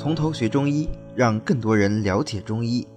从头学中医，让更多人了解中医。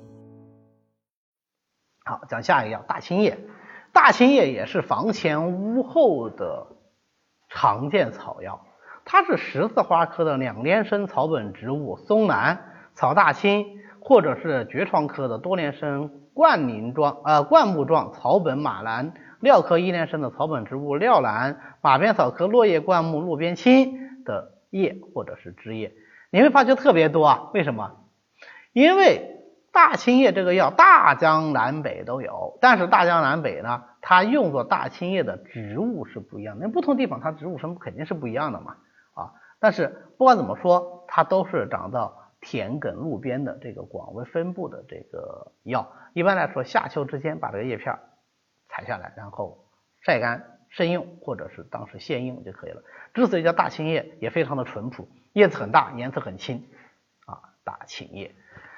好，讲下一个药大青叶。大青叶也是房前屋后的常见草药，它是十字花科的两连生草本植物松兰、草大青，或者是爵床科的多连生灌木状草本马兰，廖科一连生的草本植物廖兰，马鞭草科落叶灌木路边青的叶或者是枝叶。你会发觉特别多啊，为什么？因为大青叶这个药大江南北都有，但是大江南北呢，它用作大青叶的植物是不一样的，不同地方它植物生肯定是不一样的嘛但是不管怎么说，它都是长到田埂路边的这个广为分布的这个药。一般来说，夏秋之间把这个叶片采下来，然后晒干生用，或者是当时现用就可以了。之所以叫大青叶，也非常的淳朴，叶子很大，颜色很青大青叶。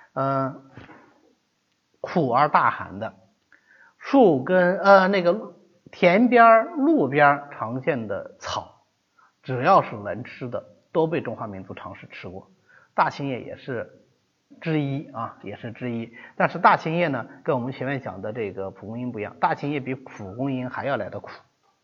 苦而大寒的，树根那个田边路边常见的草，只要是能吃的都被中华民族尝试吃过。大青叶也是之一但是大青叶呢，跟我们前面讲的这个蒲公英不一样，大青叶比蒲公英还要来得苦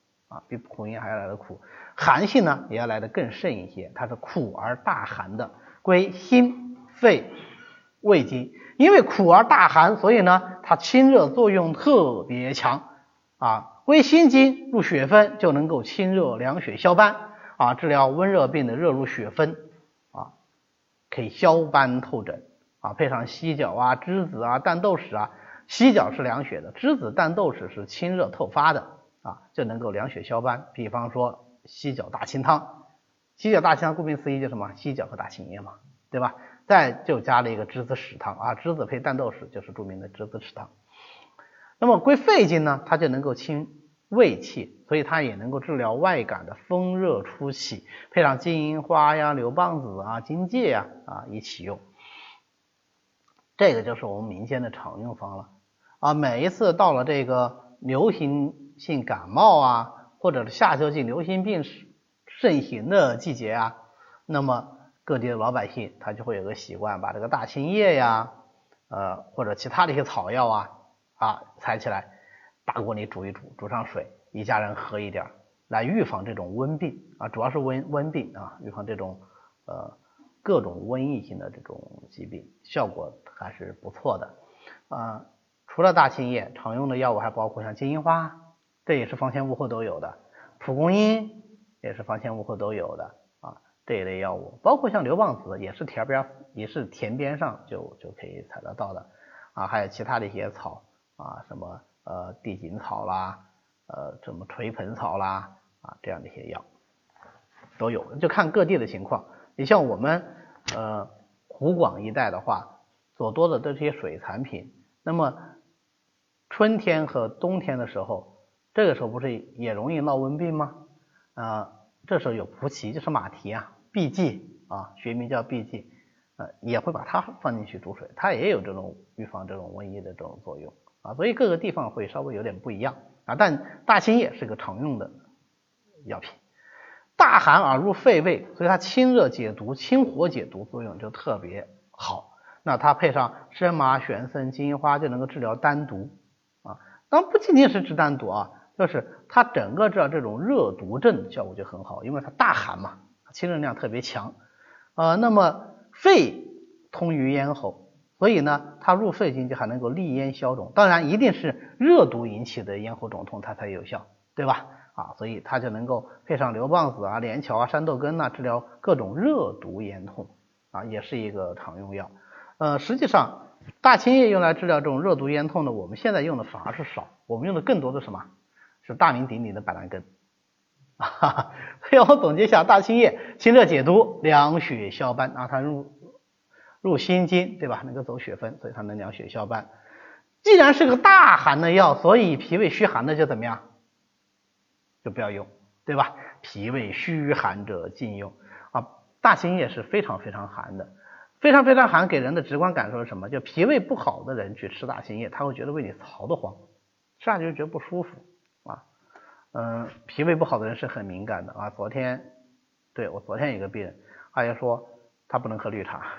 寒性呢也要来得更甚一些，它是苦而大寒的，归心肺胃经。因为苦而大寒，所以呢它清热作用特别强归心经，入血分，就能够清热凉血消斑治疗温热病的热入血分可以消斑透疹配上犀角栀子淡豆豉犀角是凉血的，栀子淡豆豉是清热透发的就能够凉血消斑。比方说犀角大清汤，犀角大清汤顾名思义就是什么？犀角和大青叶嘛，对吧？再就加了一个栀子豉汤栀子配淡豆豉就是著名的栀子豉汤。那么归肺经呢，它就能够清胃气，所以它也能够治疗外感的风热初起，配上金银花牛蒡子荆芥一起用。这个就是我们民间的常用方了每一次到了这个流行性感冒或者是夏秋季流行病盛行的季节那么各地的老百姓他就会有个习惯，把这个大青叶或者其他的一些草药采起来，大锅里煮一煮，煮上水，一家人喝一点，来预防这种温病主要是温病预防这种各种瘟疫性的这种疾病，效果还是不错的除了大青叶，常用的药物还包括像金银花，这也是房前屋后都有的，蒲公英也是房前屋后都有的这一类药物，包括像牛蒡子也是田边上就可以采得到的还有其他的一些草什么地锦草啦什么垂盆草啦这样的一些药都有，就看各地的情况。你像我们湖广一带的话，所多的都是些水产品，那么春天和冬天的时候，这个时候不是也容易闹瘟病吗这时候有蒲萁，就是马蹄荜剂学名叫荜剂也会把它放进去煮水，它也有这种预防这种瘟疫的这种作用所以各个地方会稍微有点不一样但大青叶是个常用的药品。大寒而入肺胃，所以它清热解毒、清火解毒作用就特别好。那它配上生麻、玄参、金银花就能够治疗丹毒当然不仅仅是治丹毒就是它整个治疗这种热毒症效果就很好，因为它大寒嘛，清热量特别强那么肺通于咽喉，所以呢它入肺经就还能够利咽消肿，当然一定是热毒引起的咽喉肿痛它才有效，对吧所以它就能够配上牛蒡子连翘山豆根治疗各种热毒咽痛也是一个常用药实际上大青叶用来治疗这种热毒咽痛的，我们现在用的反而是少，我们用的更多的什么？是大名鼎鼎的板蓝根所以我总结一下，大青叶清热解毒、凉血消斑它入心经，对吧？能够走血分，所以它能凉血消斑。既然是个大寒的药，所以脾胃虚寒的就怎么样？就不要用，对吧？脾胃虚寒者禁用大青叶是非常非常寒的，非常非常寒，给人的直观感受是什么？就脾胃不好的人去吃大青叶，他会觉得胃里槽得慌，吃下去就觉得不舒服脾胃不好的人是很敏感的我昨天有个病人，他就说他不能喝绿茶，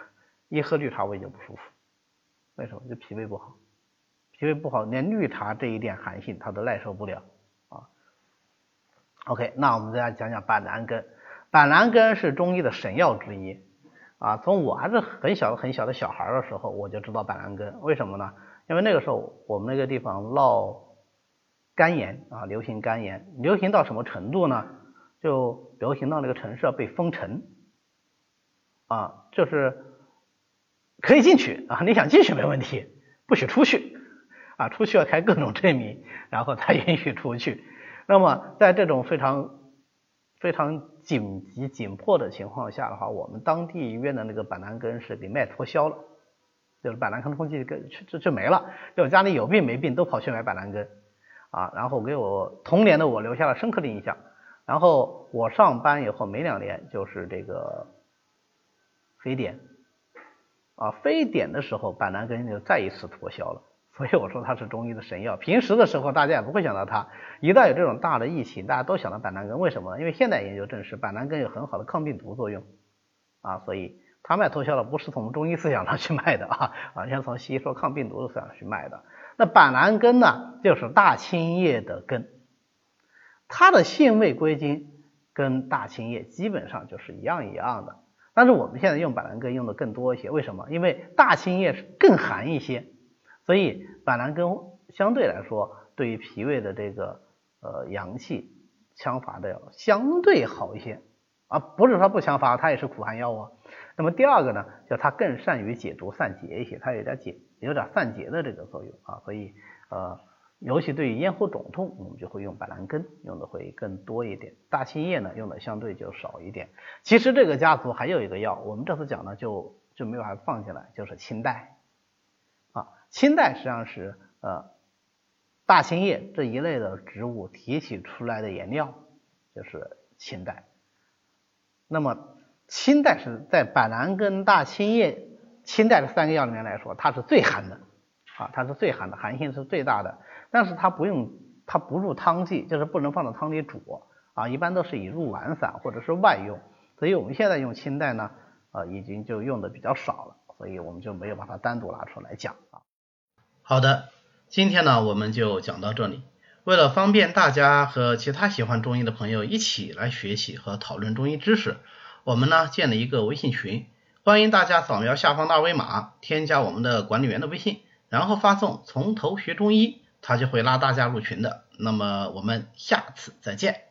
一喝绿茶胃就不舒服，为什么？就脾胃不好，脾胃不好，连绿茶这一点寒性它都耐受不了啊。OK， 那我们再来讲讲板蓝根。板蓝根是中医的神药之一啊。从我还是很小的小孩的时候，我就知道板蓝根，为什么呢？因为那个时候我们那个地方闹肝炎啊，流行肝炎，流行到什么程度呢？就流行到那个城市要被封城啊，就是可以进去啊，你想进去没问题，不许出去啊，出去要开各种证明，然后才允许出去。那么在这种非常紧急紧迫的情况下的话，我们当地医院的那个板蓝根是给卖脱销了，就是板蓝根通气就没了，就家里有病没病都跑去买板蓝根啊，然后给我童年的我留下了深刻的印象。然后我上班以后没2年就是这个非典啊，非典的时候板蓝根就再一次脱销了，所以我说它是中医的神药。平时的时候大家也不会想到它，一旦有这种大的疫情，大家都想到板蓝根，为什么呢？因为现代研究证实板蓝根有很好的抗病毒作用啊，所以它卖脱销了，不是从中医思想上去卖的啊，完全从西医说抗病毒的思想上去卖的。那板蓝根呢，就是大青叶的根，它的性味归经跟大青叶基本上就是一样的，但是我们现在用板蓝根用的更多一些，为什么？因为大青叶是更寒一些，所以板蓝根相对来说对于脾胃的这个阳气枪伐的要相对好一些啊，不是说不枪伐，它也是苦寒药啊。那么第二个呢，就它更善于解毒散结一些，它有点散结的这个作用啊，所以尤其对于咽喉肿痛，我们就会用板蓝根，用的会更多一点。大青叶呢，用的相对就少一点。其实这个家族还有一个药，我们这次讲呢就没有把它放进来，就是青黛啊。青黛实际上是大青叶这一类的植物提取出来的原料，就是青黛。那么青黛是在板蓝根、大青叶、青黛这3个药里面来说，它是最寒的啊，它是最寒的，寒性是最大的。但是它不入汤剂，就是不能放到汤里煮啊，一般都是以入丸散或者是外用。所以我们现在用青黛呢已经就用的比较少了，所以我们就没有把它单独拿出来讲啊。 好的，今天呢我们就讲到这里。为了方便大家和其他喜欢中医的朋友一起来学习和讨论中医知识，我们呢建了一个微信群，欢迎大家扫描下方的2维码，添加我们的管理员的微信，然后发送从头学中医，他就会拉大家入群的。那么我们下次再见。